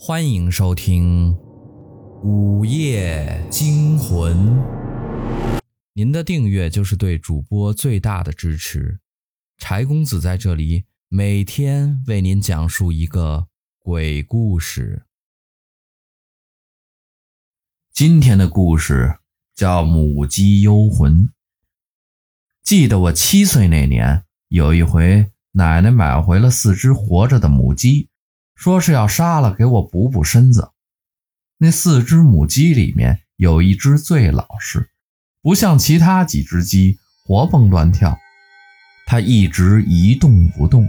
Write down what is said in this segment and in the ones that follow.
欢迎收听午夜惊魂。您的订阅就是对主播最大的支持。柴公子在这里每天为您讲述一个鬼故事。今天的故事叫母鸡幽魂。记得我7岁那年，有一回奶奶买回了4只活着的母鸡，说是要杀了给我补补身子。那4只母鸡里面有一只最老实，不像其他几只鸡活蹦乱跳，它一直一动不动。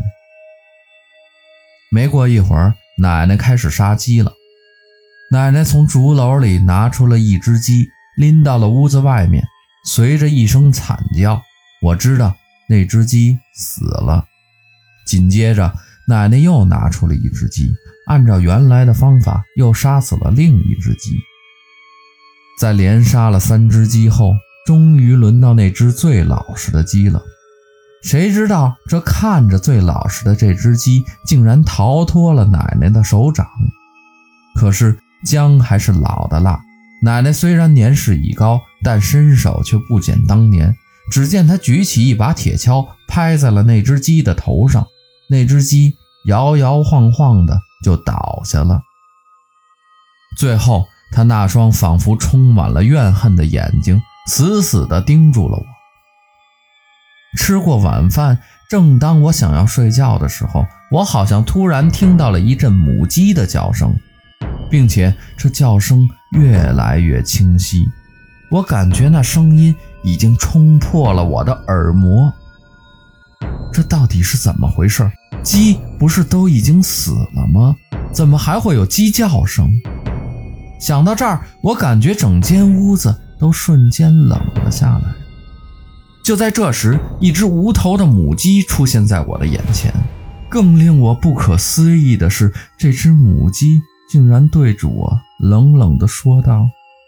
没过一会儿，奶奶开始杀鸡了。奶奶从竹篓里拿出了一只鸡，拎到了屋子外面，随着一声惨叫，我知道那只鸡死了。紧接着奶奶又拿出了一只鸡，按照原来的方法又杀死了另一只鸡。在连杀了3只鸡后，终于轮到那只最老实的鸡了。谁知道这看着最老实的这只鸡竟然逃脱了奶奶的手掌。可是姜还是老的辣，奶奶虽然年事已高，但身手却不减当年。只见她举起一把铁锹，拍在了那只鸡的头上，那只鸡摇摇晃晃的就倒下了。最后他那双仿佛充满了怨恨的眼睛死死地盯住了我。吃过晚饭，正当我想要睡觉的时候，我好像突然听到了一阵母鸡的叫声，并且这叫声越来越清晰，我感觉那声音已经冲破了我的耳膜。这到底是怎么回事？鸡不是都已经死了吗？怎么还会有鸡叫声？想到这儿，我感觉整间屋子都瞬间冷了下来。就在这时，一只无头的母鸡出现在我的眼前。更令我不可思议的是，这只母鸡竟然对着我冷冷地说道：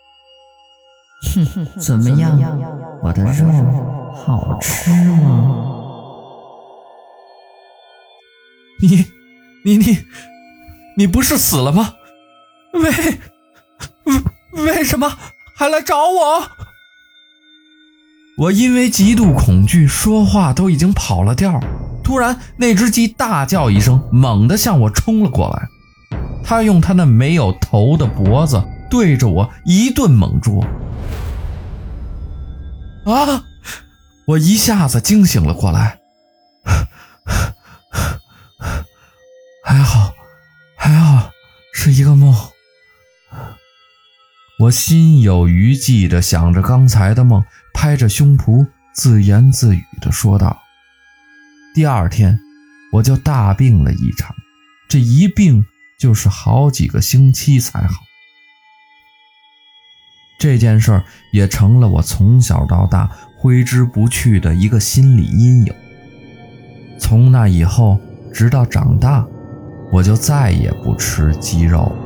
怎么样，我的肉好吃吗？ 你不是死了吗？为什么还来找我？我因为极度恐惧，说话都已经跑了调。突然那只鸡大叫一声，猛地向我冲了过来。它用它那没有头的脖子对着我一顿猛啄。啊！我一下子惊醒了过来。还好是一个梦。我心有余悸地想着刚才的梦，拍着胸脯自言自语地说道。第二天我就大病了一场，这一病就是好几个星期才好。这件事也成了我从小到大挥之不去的一个心理阴影。从那以后直到长大，我就再也不吃鸡肉。